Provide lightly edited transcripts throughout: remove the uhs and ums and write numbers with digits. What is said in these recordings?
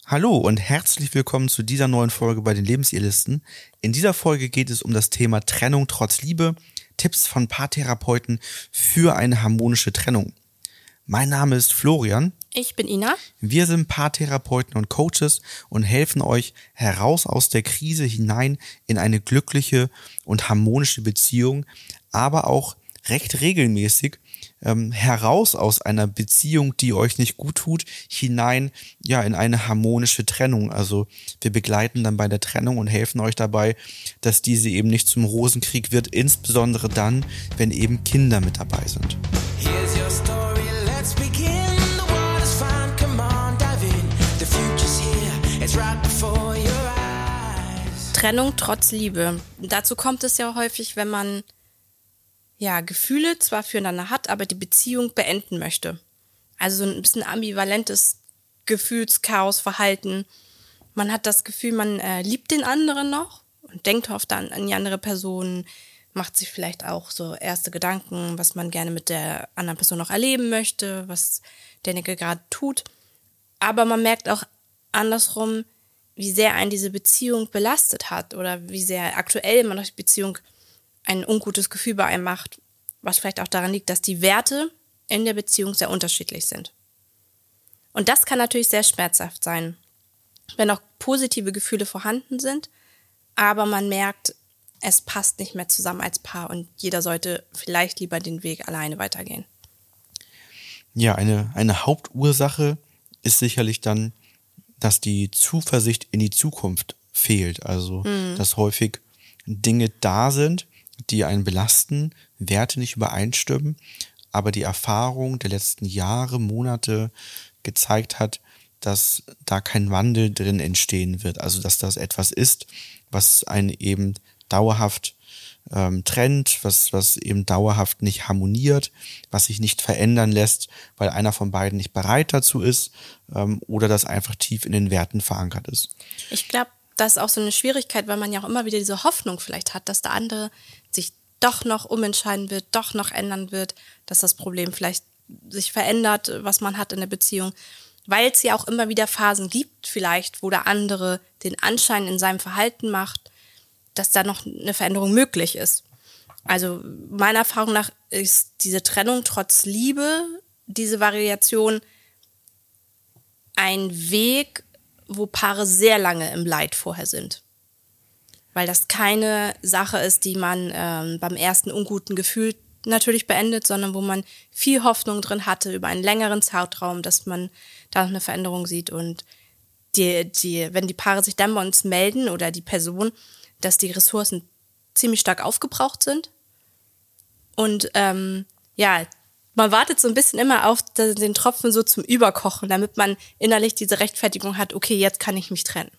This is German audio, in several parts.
Hallo und herzlich willkommen zu dieser neuen Folge bei den Lebensirrlisten. In dieser Folge geht es um das Thema Trennung trotz Liebe, Tipps von Paartherapeuten für eine harmonische Trennung. Mein Name ist Florian. Ich bin Ina. Wir sind Paartherapeuten und Coaches und helfen euch heraus aus der Krise hinein in eine glückliche und harmonische Beziehung, aber auch recht regelmäßig heraus aus einer Beziehung, die euch nicht gut tut, hinein in eine harmonische Trennung. Also wir begleiten dann bei der Trennung und helfen euch dabei, dass diese eben nicht zum Rosenkrieg wird, insbesondere dann, wenn eben Kinder mit dabei sind. Here's your story, let's begin. The world is fine, come on, dive in. The future's here, it's right before your eyes. Trennung trotz Liebe. Dazu kommt es ja häufig, wenn man Gefühle zwar füreinander hat, aber die Beziehung beenden möchte. Also so ein bisschen ambivalentes Gefühlschaos, Verhalten. Man hat das Gefühl, man liebt den anderen noch und denkt oft an die andere Person, macht sich vielleicht auch so erste Gedanken, was man gerne mit der anderen Person noch erleben möchte, was derjenige gerade tut. Aber man merkt auch andersrum, wie sehr einen diese Beziehung belastet hat oder wie sehr aktuell man durch die Beziehung ein ungutes Gefühl bei einem macht, was vielleicht auch daran liegt, dass die Werte in der Beziehung sehr unterschiedlich sind. Und das kann natürlich sehr schmerzhaft sein, wenn auch positive Gefühle vorhanden sind, aber man merkt, es passt nicht mehr zusammen als Paar und jeder sollte vielleicht lieber den Weg alleine weitergehen. Ja, eine Hauptursache ist sicherlich dann, dass die Zuversicht in die Zukunft fehlt. Also, dass häufig Dinge da sind, die einen belasten, Werte nicht übereinstimmen, aber die Erfahrung der letzten Jahre, Monate gezeigt hat, dass da kein Wandel drin entstehen wird. Also dass das etwas ist, was einen eben dauerhaft trennt, was eben dauerhaft nicht harmoniert, was sich nicht verändern lässt, weil einer von beiden nicht bereit dazu ist oder das einfach tief in den Werten verankert ist. Ich glaube, das ist auch so eine Schwierigkeit, weil man ja auch immer wieder diese Hoffnung vielleicht hat, dass der andere sich doch noch umentscheiden wird, doch noch ändern wird, dass das Problem vielleicht sich verändert, was man hat in der Beziehung, weil es ja auch immer wieder Phasen gibt vielleicht, wo der andere den Anschein in seinem Verhalten macht, dass da noch eine Veränderung möglich ist. Also meiner Erfahrung nach ist diese Trennung trotz Liebe, diese Variation ein Weg, wo Paare sehr lange im Leid vorher sind. Weil das keine Sache ist, die man beim ersten unguten Gefühl natürlich beendet, sondern wo man viel Hoffnung drin hatte über einen längeren Zeitraum, dass man da noch eine Veränderung sieht. Und wenn die Paare sich dann bei uns melden oder die Person, dass die Ressourcen ziemlich stark aufgebraucht sind. Und man wartet so ein bisschen immer auf den Tropfen so zum Überkochen, damit man innerlich diese Rechtfertigung hat, okay, jetzt kann ich mich trennen.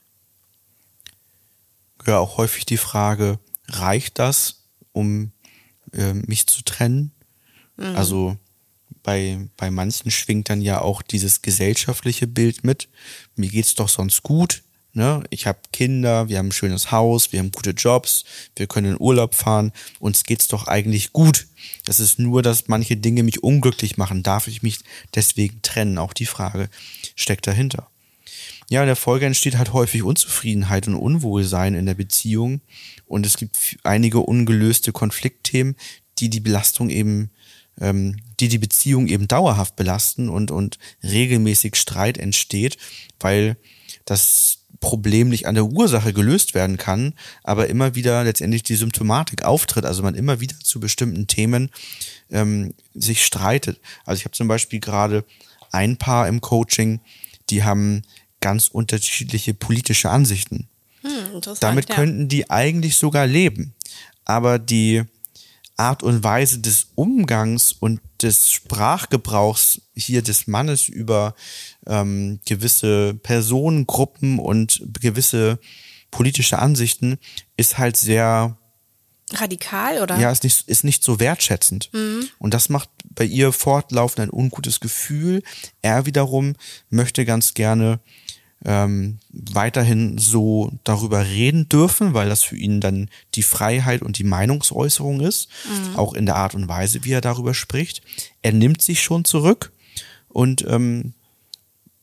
Ja, auch häufig die Frage, reicht das, um mich zu trennen? Also bei manchen schwingt dann ja auch dieses gesellschaftliche Bild mit. Mir geht's doch sonst gut, ne? Ich habe Kinder, wir haben ein schönes Haus, wir haben gute Jobs, wir können in Urlaub fahren, uns geht's doch eigentlich gut. Das ist nur, dass manche Dinge mich unglücklich machen. Darf ich mich deswegen trennen? Auch die Frage steckt dahinter. Ja, in der Folge entsteht halt häufig Unzufriedenheit und Unwohlsein in der Beziehung und es gibt einige ungelöste Konfliktthemen, die Belastung eben, die Beziehung eben dauerhaft belasten und regelmäßig Streit entsteht, weil das Problem nicht an der Ursache gelöst werden kann, aber immer wieder letztendlich die Symptomatik auftritt, also man immer wieder zu bestimmten Themen sich streitet. Also ich habe zum Beispiel gerade ein Paar im Coaching, die haben ganz unterschiedliche politische Ansichten. Damit könnten die eigentlich sogar leben. Aber die Art und Weise des Umgangs und des Sprachgebrauchs hier des Mannes über gewisse Personengruppen und gewisse politische Ansichten ist halt sehr radikal, oder? Ja, ist nicht so wertschätzend. Und das macht bei ihr fortlaufend ein ungutes Gefühl. Er wiederum möchte ganz gerne weiterhin so darüber reden dürfen, weil das für ihn dann die Freiheit und die Meinungsäußerung ist, auch in der Art und Weise, wie er darüber spricht. Er nimmt sich schon zurück und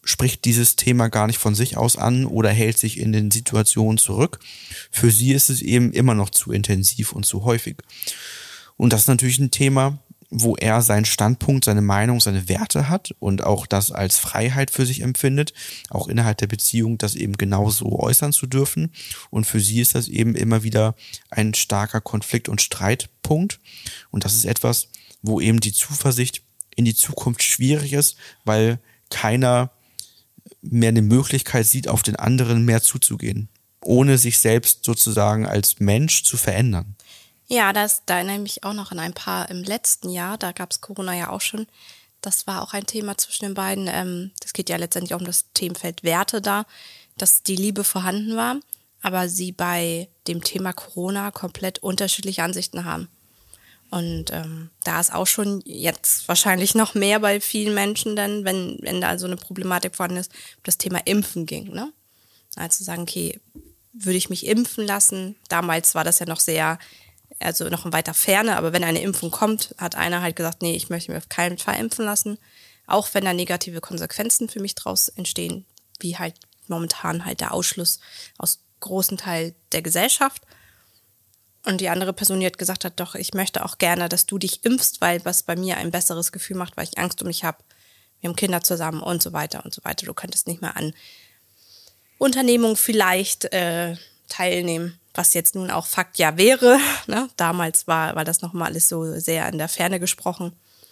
spricht dieses Thema gar nicht von sich aus an oder hält sich in den Situationen zurück. Für sie ist es eben immer noch zu intensiv und zu häufig. Und das ist natürlich ein Thema, wo er seinen Standpunkt, seine Meinung, seine Werte hat und auch das als Freiheit für sich empfindet, auch innerhalb der Beziehung das eben genauso äußern zu dürfen. Und für sie ist das eben immer wieder ein starker Konflikt- und Streitpunkt. Und das ist etwas, wo eben die Zuversicht in die Zukunft schwierig ist, weil keiner mehr eine Möglichkeit sieht, auf den anderen mehr zuzugehen, ohne sich selbst sozusagen als Mensch zu verändern. Ja, da erinnere ich mich auch noch an ein paar im letzten Jahr, da gab es Corona ja auch schon. Das war auch ein Thema zwischen den beiden. Das geht ja letztendlich auch um das Themenfeld Werte da, dass die Liebe vorhanden war, aber sie bei dem Thema Corona komplett unterschiedliche Ansichten haben. Und da ist auch schon jetzt wahrscheinlich noch mehr bei vielen Menschen dann, wenn da so eine Problematik vorhanden ist, das Thema Impfen ging. Ne? Also sagen, okay, würde ich mich impfen lassen? Damals war das ja noch sehr, also noch in weiter Ferne, aber wenn eine Impfung kommt, hat einer halt gesagt, nee, ich möchte mich auf keinen Fall impfen lassen, auch wenn da negative Konsequenzen für mich draus entstehen, wie halt momentan halt der Ausschluss aus großen Teil der Gesellschaft. Und die andere Person, die hat gesagt hat, doch, ich möchte auch gerne, dass du dich impfst, weil was bei mir ein besseres Gefühl macht, weil ich Angst um mich habe. Wir haben Kinder zusammen und so weiter und so weiter. Du könntest nicht mehr an Unternehmungen vielleicht teilnehmen, was jetzt nun auch Fakt ja wäre. Ne? Damals war das nochmal alles so sehr in der Ferne gesprochen.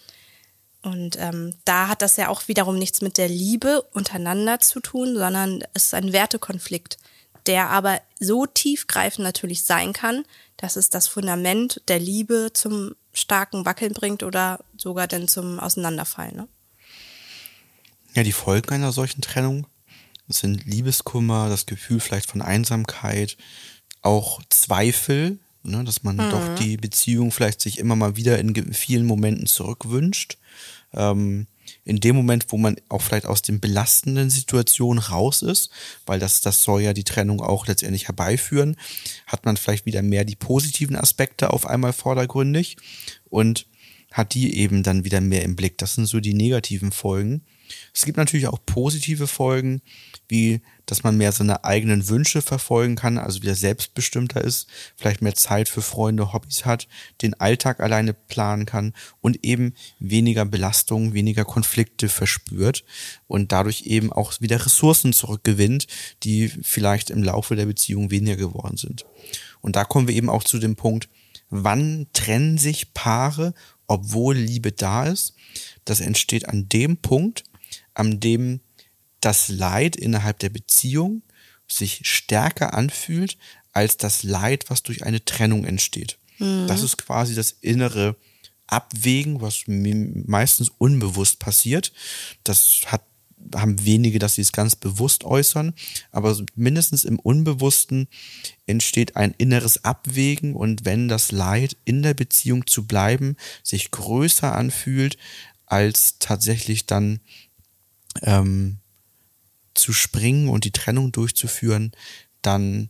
Und da hat das ja auch wiederum nichts mit der Liebe untereinander zu tun, sondern es ist ein Wertekonflikt, der aber so tiefgreifend natürlich sein kann, dass es das Fundament der Liebe zum starken Wackeln bringt oder sogar dann zum Auseinanderfallen. Ne? Ja, die Folgen einer solchen Trennung sind Liebeskummer, das Gefühl vielleicht von Einsamkeit, auch Zweifel, ne, dass man doch die Beziehung vielleicht sich immer mal wieder in vielen Momenten zurückwünscht. In dem Moment, wo man auch vielleicht aus den belastenden Situationen raus ist, weil das soll ja die Trennung auch letztendlich herbeiführen, hat man vielleicht wieder mehr die positiven Aspekte auf einmal vordergründig und hat die eben dann wieder mehr im Blick. Das sind so die negativen Folgen. Es gibt natürlich auch positive Folgen, wie dass man mehr seine eigenen Wünsche verfolgen kann, also wieder selbstbestimmter ist, vielleicht mehr Zeit für Freunde, Hobbys hat, den Alltag alleine planen kann und eben weniger Belastung, weniger Konflikte verspürt und dadurch eben auch wieder Ressourcen zurückgewinnt, die vielleicht im Laufe der Beziehung weniger geworden sind. Und da kommen wir eben auch zu dem Punkt, wann trennen sich Paare, obwohl Liebe da ist? Das entsteht an dem Punkt, an dem das Leid innerhalb der Beziehung sich stärker anfühlt als das Leid, was durch eine Trennung entsteht. Das ist quasi das innere Abwägen, was meistens unbewusst passiert. Das haben wenige, dass sie es ganz bewusst äußern, aber mindestens im Unbewussten entsteht ein inneres Abwägen und wenn das Leid in der Beziehung zu bleiben sich größer anfühlt, als tatsächlich dann zu springen und die Trennung durchzuführen, dann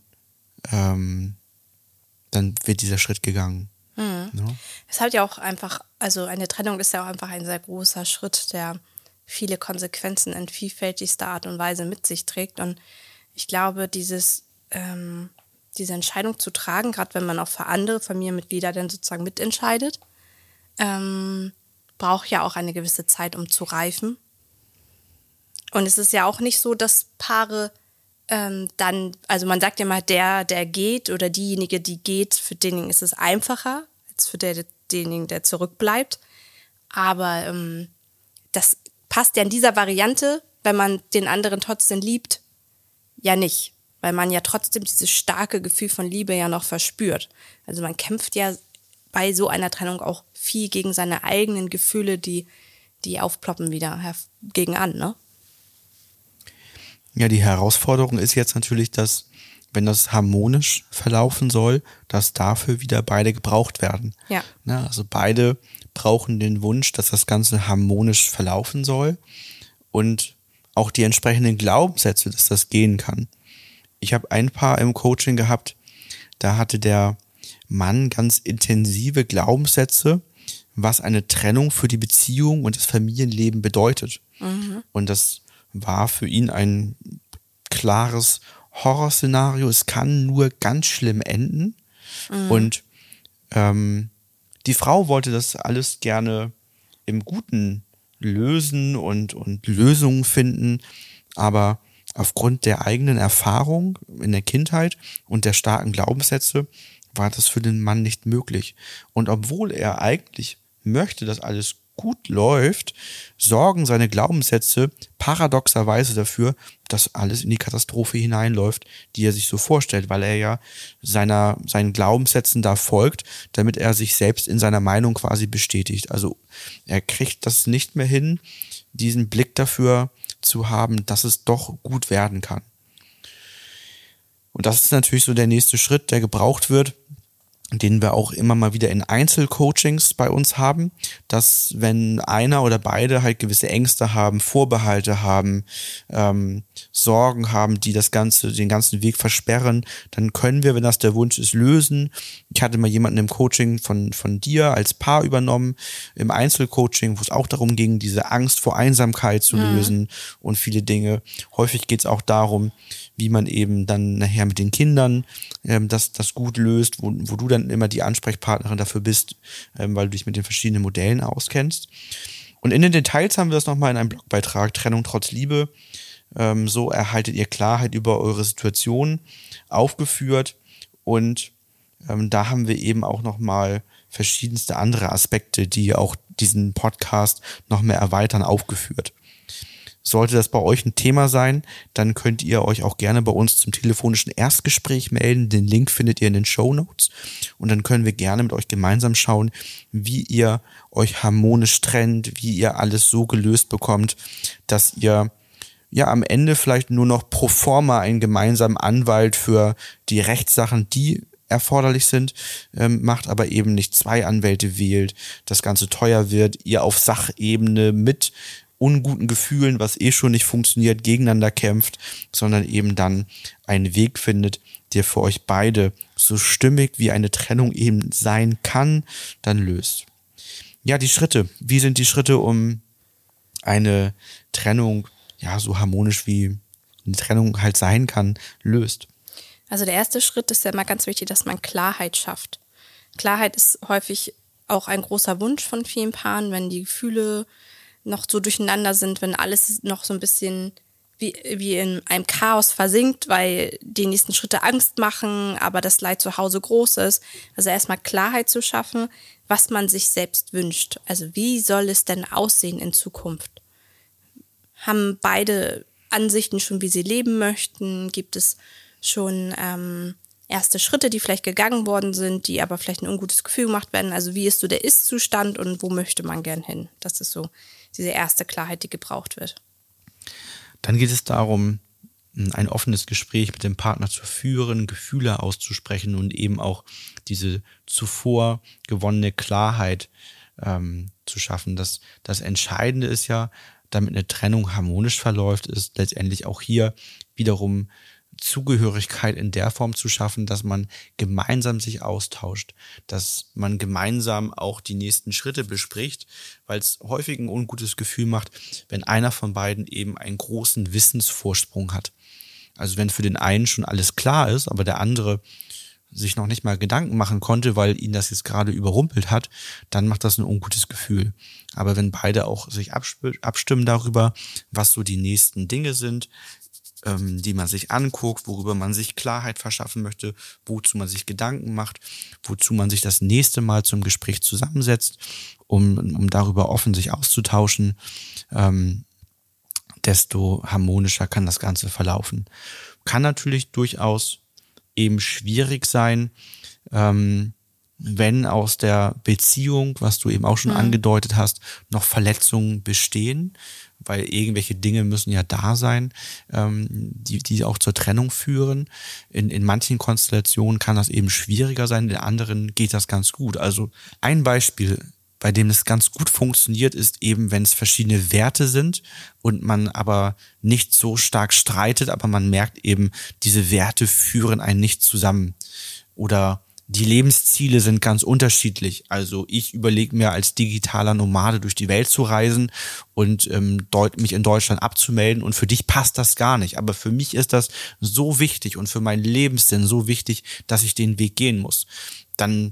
wird dieser Schritt gegangen. Ja. Es hat ja auch einfach, also eine Trennung ist ja auch einfach ein sehr großer Schritt, der viele Konsequenzen in vielfältigster Art und Weise mit sich trägt. Und ich glaube, diese Entscheidung zu tragen, gerade wenn man auch für andere Familienmitglieder dann sozusagen mitentscheidet, braucht ja auch eine gewisse Zeit, um zu reifen. Und es ist ja auch nicht so, dass Paare dann, also man sagt ja mal, der geht oder diejenige, die geht, für denjenigen ist es einfacher, als für denjenigen, der zurückbleibt. Aber das passt ja in dieser Variante, wenn man den anderen trotzdem liebt, ja nicht. Weil man ja trotzdem dieses starke Gefühl von Liebe ja noch verspürt. Also man kämpft ja bei so einer Trennung auch viel gegen seine eigenen Gefühle, die aufploppen wieder gegen an, ne? Ja, die Herausforderung ist jetzt natürlich, dass, wenn das harmonisch verlaufen soll, dass dafür wieder beide gebraucht werden. Ja. Na, also beide brauchen den Wunsch, dass das Ganze harmonisch verlaufen soll und auch die entsprechenden Glaubenssätze, dass das gehen kann. Ich habe ein Paar im Coaching gehabt, da hatte der Mann ganz intensive Glaubenssätze, was eine Trennung für die Beziehung und das Familienleben bedeutet. Und das war für ihn ein klares Horrorszenario. Es kann nur ganz schlimm enden. Und die Frau wollte das alles gerne im Guten lösen und Lösungen finden, aber aufgrund der eigenen Erfahrung in der Kindheit und der starken Glaubenssätze war das für den Mann nicht möglich. Und obwohl er eigentlich möchte, dass alles gut läuft, sorgen seine Glaubenssätze paradoxerweise dafür, dass alles in die Katastrophe hineinläuft, die er sich so vorstellt, weil er ja seinen Glaubenssätzen da folgt, damit er sich selbst in seiner Meinung quasi bestätigt. Also er kriegt das nicht mehr hin, diesen Blick dafür zu haben, dass es doch gut werden kann. Und das ist natürlich so der nächste Schritt, der gebraucht wird, den wir auch immer mal wieder in Einzelcoachings bei uns haben, dass wenn einer oder beide halt gewisse Ängste haben, Vorbehalte haben, Sorgen haben, die den ganzen Weg versperren, dann können wir, wenn das der Wunsch ist, lösen. Ich hatte mal jemanden im Coaching von dir als Paar übernommen, im Einzelcoaching, wo es auch darum ging, diese Angst vor Einsamkeit zu lösen und viele Dinge. Häufig geht es auch darum, wie man eben dann nachher mit den Kindern das gut löst, wo du dann immer die Ansprechpartnerin dafür bist, weil du dich mit den verschiedenen Modellen auskennst. Und in den Details haben wir das nochmal in einem Blogbeitrag, Trennung trotz Liebe. So erhaltet ihr Klarheit über eure Situation aufgeführt. Und da haben wir eben auch nochmal verschiedenste andere Aspekte, die auch diesen Podcast noch mehr erweitern, aufgeführt. Sollte das bei euch ein Thema sein, dann könnt ihr euch auch gerne bei uns zum telefonischen Erstgespräch melden. Den Link findet ihr in den Shownotes. Und dann können wir gerne mit euch gemeinsam schauen, wie ihr euch harmonisch trennt, wie ihr alles so gelöst bekommt, dass ihr ja am Ende vielleicht nur noch pro forma einen gemeinsamen Anwalt für die Rechtssachen, die erforderlich sind, macht, aber eben nicht 2 Anwälte wählt, das Ganze teuer wird, ihr auf Sachebene mit unguten Gefühlen, was schon nicht funktioniert, gegeneinander kämpft, sondern eben dann einen Weg findet, der für euch beide so stimmig wie eine Trennung eben sein kann, dann löst. Ja, die Schritte. Wie sind die Schritte, um eine Trennung, ja, so harmonisch wie eine Trennung halt sein kann, löst? Also der erste Schritt ist ja immer ganz wichtig, dass man Klarheit schafft. Klarheit ist häufig auch ein großer Wunsch von vielen Paaren, wenn die Gefühle noch so durcheinander sind, wenn alles noch so ein bisschen wie in einem Chaos versinkt, weil die nächsten Schritte Angst machen, aber das Leid zu Hause groß ist. Also erstmal Klarheit zu schaffen, was man sich selbst wünscht. Also wie soll es denn aussehen in Zukunft? Haben beide Ansichten schon, wie sie leben möchten? Gibt es schon erste Schritte, die vielleicht gegangen worden sind, die aber vielleicht ein ungutes Gefühl gemacht werden? Also wie ist so der Ist-Zustand und wo möchte man gern hin? Das ist so diese erste Klarheit, die gebraucht wird. Dann geht es darum, ein offenes Gespräch mit dem Partner zu führen, Gefühle auszusprechen und eben auch diese zuvor gewonnene Klarheit zu schaffen. Das Entscheidende ist ja, damit eine Trennung harmonisch verläuft, ist letztendlich auch hier wiederum Zugehörigkeit in der Form zu schaffen, dass man gemeinsam sich austauscht, dass man gemeinsam auch die nächsten Schritte bespricht, weil es häufig ein ungutes Gefühl macht, wenn einer von beiden eben einen großen Wissensvorsprung hat. Also wenn für den einen schon alles klar ist, aber der andere sich noch nicht mal Gedanken machen konnte, weil ihn das jetzt gerade überrumpelt hat, dann macht das ein ungutes Gefühl. Aber wenn beide auch sich abstimmen darüber, was so die nächsten Dinge sind, die man sich anguckt, worüber man sich Klarheit verschaffen möchte, wozu man sich Gedanken macht, wozu man sich das nächste Mal zum Gespräch zusammensetzt, um darüber offen sich auszutauschen, desto harmonischer kann das Ganze verlaufen. Kann natürlich durchaus eben schwierig sein, wenn aus der Beziehung, was du eben auch schon angedeutet hast, noch Verletzungen bestehen, weil irgendwelche Dinge müssen ja da sein, die auch zur Trennung führen. In manchen Konstellationen kann das eben schwieriger sein, in anderen geht das ganz gut. Also ein Beispiel, bei dem es ganz gut funktioniert, ist eben, wenn es verschiedene Werte sind und man aber nicht so stark streitet, aber man merkt eben, diese Werte führen einen nicht zusammen. Oder Die Lebensziele sind ganz unterschiedlich. Also ich überlege mir als digitaler Nomade durch die Welt zu reisen und mich in Deutschland abzumelden, und für dich passt das gar nicht. Aber für mich ist das so wichtig und für meinen Lebenssinn so wichtig, dass ich den Weg gehen muss. Dann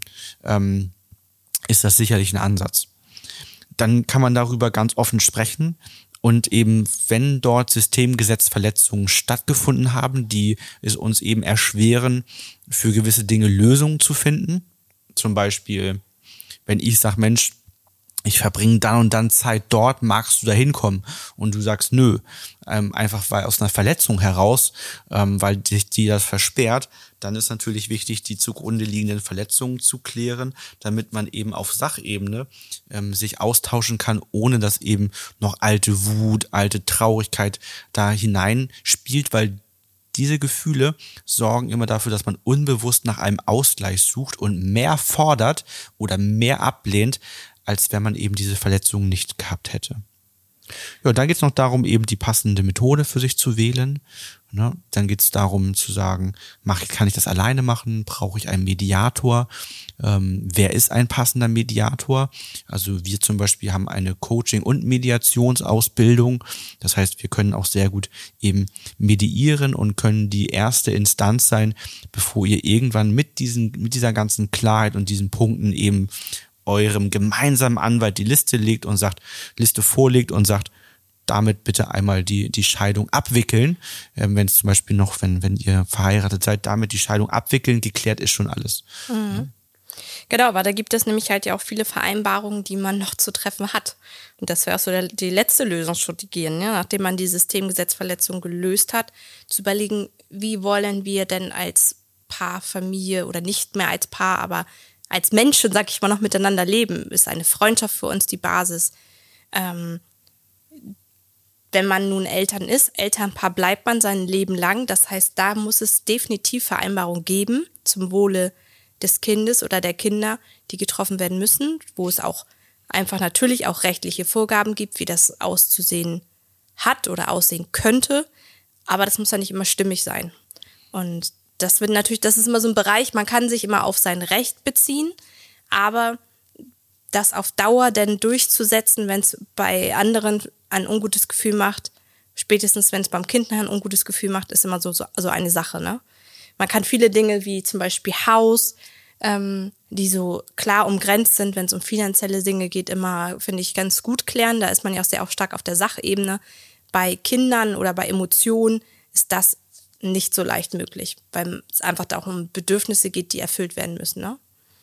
ist das sicherlich ein Ansatz. Dann kann man darüber ganz offen sprechen. Und eben, wenn dort Systemgesetzverletzungen stattgefunden haben, die es uns eben erschweren, für gewisse Dinge Lösungen zu finden. Zum Beispiel, wenn ich sage, Mensch, ich verbringe dann und dann Zeit dort, magst du da hinkommen? Und du sagst, nö, einfach weil aus einer Verletzung heraus, weil dich die das versperrt, dann ist natürlich wichtig, die zugrunde liegenden Verletzungen zu klären, damit man eben auf Sachebene sich austauschen kann, ohne dass eben noch alte Wut, alte Traurigkeit da hineinspielt, weil diese Gefühle sorgen immer dafür, dass man unbewusst nach einem Ausgleich sucht und mehr fordert oder mehr ablehnt, als wenn man eben diese Verletzungen nicht gehabt hätte. Ja, dann geht es noch darum, eben die passende Methode für sich zu wählen. Ne? Dann geht es darum zu sagen, kann ich das alleine machen? Brauche ich einen Mediator? Wer ist ein passender Mediator? Also wir zum Beispiel haben eine Coaching- und Mediationsausbildung. Das heißt, wir können auch sehr gut eben mediieren und können die erste Instanz sein, bevor ihr irgendwann mit dieser ganzen Klarheit und diesen Punkten eben eurem gemeinsamen Anwalt die Liste vorlegt und sagt, damit bitte einmal die Scheidung abwickeln. Wenn es zum Beispiel noch, wenn ihr verheiratet seid, damit die Scheidung abwickeln, geklärt ist schon alles. Mhm. Genau, aber da gibt es nämlich halt ja auch viele Vereinbarungen, die man noch zu treffen hat. Und das wäre auch so die letzte Lösungsstrategie, ne? Nachdem man die Systemgesetzverletzung gelöst hat, zu überlegen, wie wollen wir denn als Paar, Familie oder nicht mehr als Paar, aber als Menschen, sag ich mal, noch miteinander leben. Ist eine Freundschaft für uns die Basis. Wenn man nun Eltern ist, Elternpaar bleibt man sein Leben lang. Das heißt, da muss es definitiv Vereinbarungen geben zum Wohle des Kindes oder der Kinder, die getroffen werden müssen, wo es auch einfach natürlich auch rechtliche Vorgaben gibt, wie das auszusehen hat oder aussehen könnte. Aber das muss ja nicht immer stimmig sein. Und das ist immer so ein Bereich, man kann sich immer auf sein Recht beziehen, aber das auf Dauer denn durchzusetzen, wenn es bei anderen ein ungutes Gefühl macht, spätestens wenn es beim Kind ein ungutes Gefühl macht, ist immer so eine Sache, ne? Man kann viele Dinge wie zum Beispiel Haus, die so klar umgrenzt sind, wenn es um finanzielle Dinge geht, immer, finde ich, ganz gut klären. Da ist man ja auch sehr stark auf der Sachebene. Bei Kindern oder bei Emotionen ist das nicht so leicht möglich, weil es einfach da auch um Bedürfnisse geht, die erfüllt werden müssen, ne?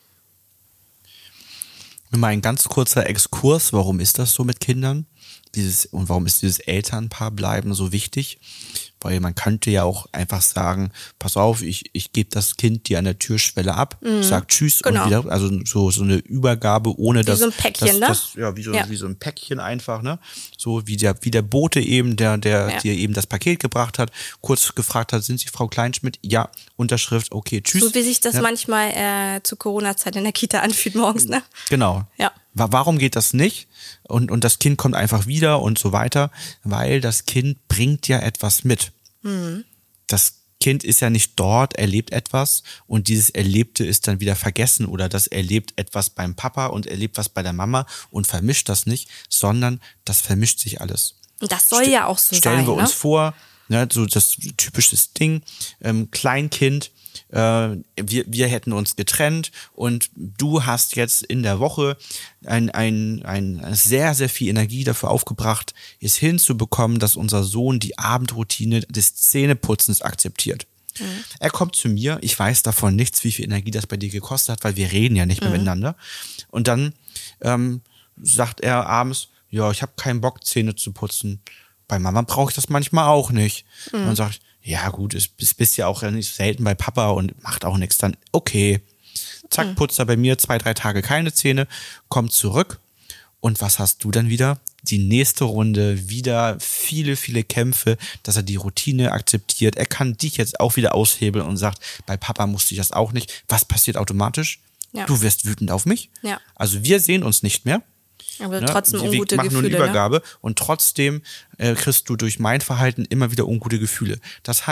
Nur mal ein ganz kurzer Exkurs, warum ist das so mit Kindern? Und warum ist dieses Elternpaar bleiben so wichtig? Weil man könnte ja auch einfach sagen, pass auf, ich gebe das Kind dir an der Türschwelle ab, sag Tschüss und wieder, also so eine Übergabe, ohne dass... Wie so ein Päckchen, ne? Wie so ein Päckchen einfach, ne? So wie der Bote eben, der dir eben das Paket gebracht hat, kurz gefragt hat, sind Sie Frau Kleinschmidt? Ja, Unterschrift, okay, tschüss. So wie sich das manchmal zur Corona-Zeit in der Kita anfühlt morgens, ne? Genau. Ja. Warum geht das nicht? Und das Kind kommt einfach wieder und so weiter, weil das Kind bringt ja etwas mit. Das Kind ist ja nicht dort, erlebt etwas und dieses Erlebte ist dann wieder vergessen oder das erlebt etwas beim Papa und erlebt was bei der Mama und vermischt das nicht, sondern das vermischt sich alles. Und das soll ja auch so sein. Stellen wir ne? uns vor, ne, so das typische Ding, Kleinkind, wir hätten uns getrennt und du hast jetzt in der Woche ein sehr, sehr viel Energie dafür aufgebracht, es hinzubekommen, dass unser Sohn die Abendroutine des Zähneputzens akzeptiert. Er kommt zu mir, ich weiß davon nichts, wie viel Energie das bei dir gekostet hat, weil wir reden ja nicht mehr miteinander. Und dann sagt er abends, ja, ich habe keinen Bock, Zähne zu putzen. Bei Mama brauche ich das manchmal auch nicht. Und dann sage ich, ja gut, bist ja auch nicht selten bei Papa und macht auch nichts. Dann okay, zack, putzt er bei mir 2-3 Tage keine Zähne, kommt zurück. Und was hast du dann wieder? Die nächste Runde, wieder viele, viele Kämpfe, dass er die Routine akzeptiert. Er kann dich jetzt auch wieder aushebeln und sagt, bei Papa musste ich das auch nicht. Was passiert automatisch? Ja. Du wirst wütend auf mich. Ja. Also wir sehen uns nicht mehr. Aber trotzdem ungute wir machen Gefühle. nur eine Übergabe und trotzdem kriegst du durch mein Verhalten immer wieder ungute Gefühle. Das heißt,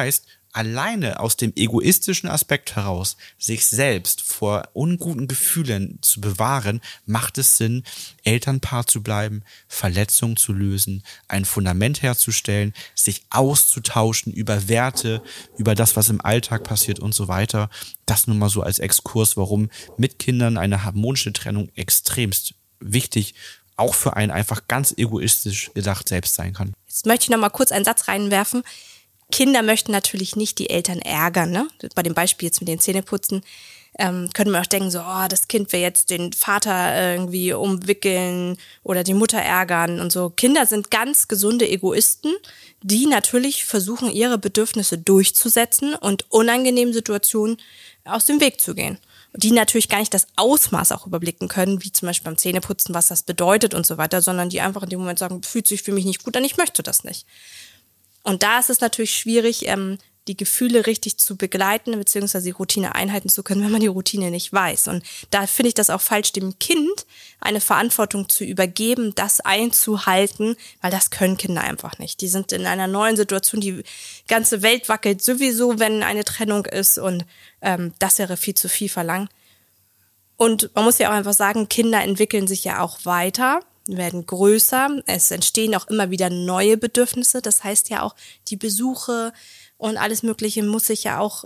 alleine aus dem egoistischen Aspekt heraus, sich selbst vor unguten Gefühlen zu bewahren, macht es Sinn, Elternpaar zu bleiben, Verletzungen zu lösen, ein Fundament herzustellen, sich auszutauschen über Werte, über das, was im Alltag passiert und so weiter. Das nur mal so als Exkurs, warum mit Kindern eine harmonische Trennung extremst wichtig, auch für einen einfach ganz egoistisch gedacht selbst sein kann. Jetzt möchte ich noch mal kurz einen Satz reinwerfen. Kinder möchten natürlich nicht die Eltern ärgern, ne? Bei dem Beispiel jetzt mit den Zähneputzen können wir auch denken, so, oh, das Kind will jetzt den Vater irgendwie umwickeln oder die Mutter ärgern und so. Kinder sind ganz gesunde Egoisten, die natürlich versuchen, ihre Bedürfnisse durchzusetzen und unangenehmen Situationen aus dem Weg zu gehen. Die natürlich gar nicht das Ausmaß auch überblicken können, wie zum Beispiel beim Zähneputzen, was das bedeutet und so weiter, sondern die einfach in dem Moment sagen, fühlt sich für mich nicht gut an, ich möchte das nicht. Und da ist es natürlich schwierig, die Gefühle richtig zu begleiten, beziehungsweise die Routine einhalten zu können, wenn man die Routine nicht weiß. Und da finde ich das auch falsch, dem Kind eine Verantwortung zu übergeben, das einzuhalten, weil das können Kinder einfach nicht. Die sind in einer neuen Situation, die ganze Welt wackelt sowieso, wenn eine Trennung ist, und das wäre viel zu viel verlangt. Und man muss ja auch einfach sagen, Kinder entwickeln sich ja auch weiter, werden größer, es entstehen auch immer wieder neue Bedürfnisse, das heißt ja auch, die Besuche und alles Mögliche muss sich ja auch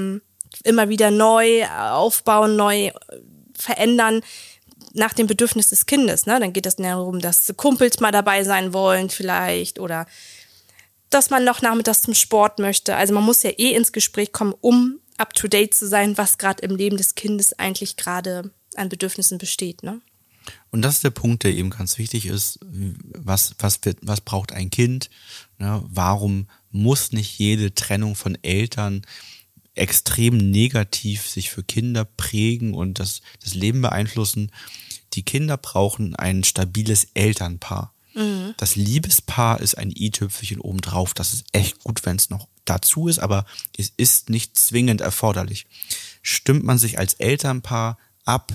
immer wieder neu aufbauen, neu verändern nach dem Bedürfnis des Kindes. Ne? Dann geht es darum, dass Kumpels mal dabei sein wollen vielleicht oder dass man noch nachmittags zum Sport möchte. Also man muss ja ins Gespräch kommen, um up-to-date zu sein, was gerade im Leben des Kindes eigentlich gerade an Bedürfnissen besteht. Ne? Und das ist der Punkt, der eben ganz wichtig ist. Was braucht ein Kind? Ne? Warum muss nicht jede Trennung von Eltern extrem negativ sich für Kinder prägen und das Leben beeinflussen? Die Kinder brauchen ein stabiles Elternpaar. Mhm. Das Liebespaar ist ein i-Tüpfelchen obendrauf. Das ist echt gut, wenn es noch dazu ist, aber es ist nicht zwingend erforderlich. Stimmt man sich als Elternpaar ab,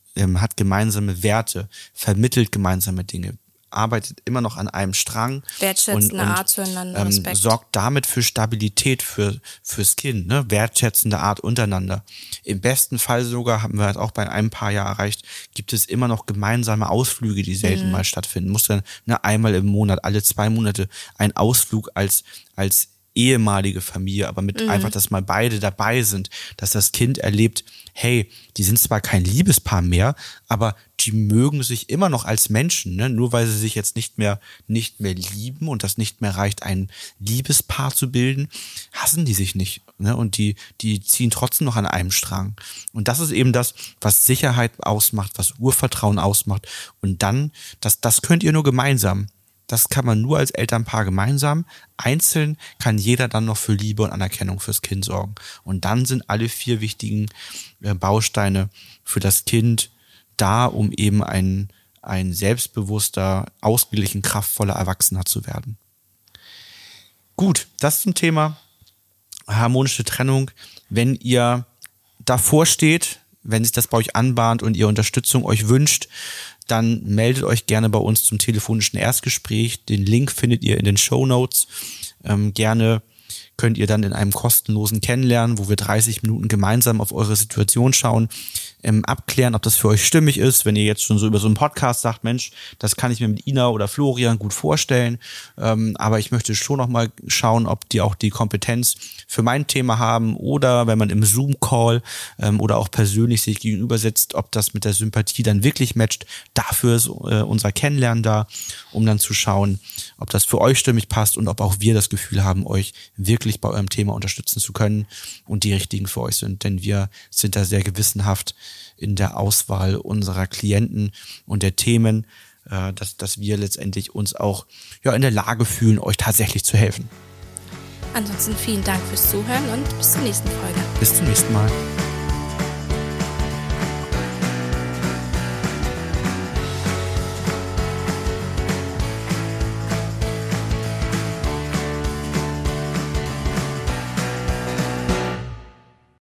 hat gemeinsame Werte, vermittelt gemeinsame Dinge, arbeitet immer noch an einem Strang wertschätzende Art zueinander, Respekt. Sorgt damit für Stabilität fürs Kind, ne? Wertschätzende Art untereinander. Im besten Fall sogar, haben wir das auch bei einem Paar Jahr erreicht, gibt es immer noch gemeinsame Ausflüge, die selten mal stattfinden. Muss dann einmal im Monat, alle 2 Monate ein Ausflug als ehemalige Familie, aber mit einfach, dass mal beide dabei sind, dass das Kind erlebt, hey, die sind zwar kein Liebespaar mehr, aber die mögen sich immer noch als Menschen, ne? Nur weil sie sich jetzt nicht mehr lieben und das nicht mehr reicht, ein Liebespaar zu bilden, hassen die sich nicht, ne? Und die ziehen trotzdem noch an einem Strang. Und das ist eben das, was Sicherheit ausmacht, was Urvertrauen ausmacht. Und dann, das könnt ihr nur gemeinsam. Das kann man nur als Elternpaar gemeinsam. Einzeln kann jeder dann noch für Liebe und Anerkennung fürs Kind sorgen. Und dann sind alle 4 wichtigen Bausteine für das Kind da, um eben ein selbstbewusster, ausgeglichen, kraftvoller Erwachsener zu werden. Gut, das zum Thema harmonische Trennung. Wenn ihr davor steht, wenn sich das bei euch anbahnt und ihr Unterstützung euch wünscht, dann meldet euch gerne bei uns zum telefonischen Erstgespräch. Den Link findet ihr in den Shownotes. Gerne könnt ihr dann in einem kostenlosen Kennenlernen, wo wir 30 Minuten gemeinsam auf eure Situation schauen, abklären, ob das für euch stimmig ist. Wenn ihr jetzt schon so über so einen Podcast sagt, Mensch, das kann ich mir mit Ina oder Florian gut vorstellen, aber ich möchte schon noch mal schauen, ob die auch die Kompetenz für mein Thema haben, oder wenn man im Zoom-Call oder auch persönlich sich gegenüber sitzt, ob das mit der Sympathie dann wirklich matcht. Dafür ist unser Kennenlernen da, um dann zu schauen, ob das für euch stimmig passt und ob auch wir das Gefühl haben, euch wirklich bei eurem Thema unterstützen zu können und die richtigen für euch sind. Denn wir sind da sehr gewissenhaft in der Auswahl unserer Klienten und der Themen, dass wir letztendlich uns auch in der Lage fühlen, euch tatsächlich zu helfen. Ansonsten vielen Dank fürs Zuhören und bis zur nächsten Folge. Bis zum nächsten Mal.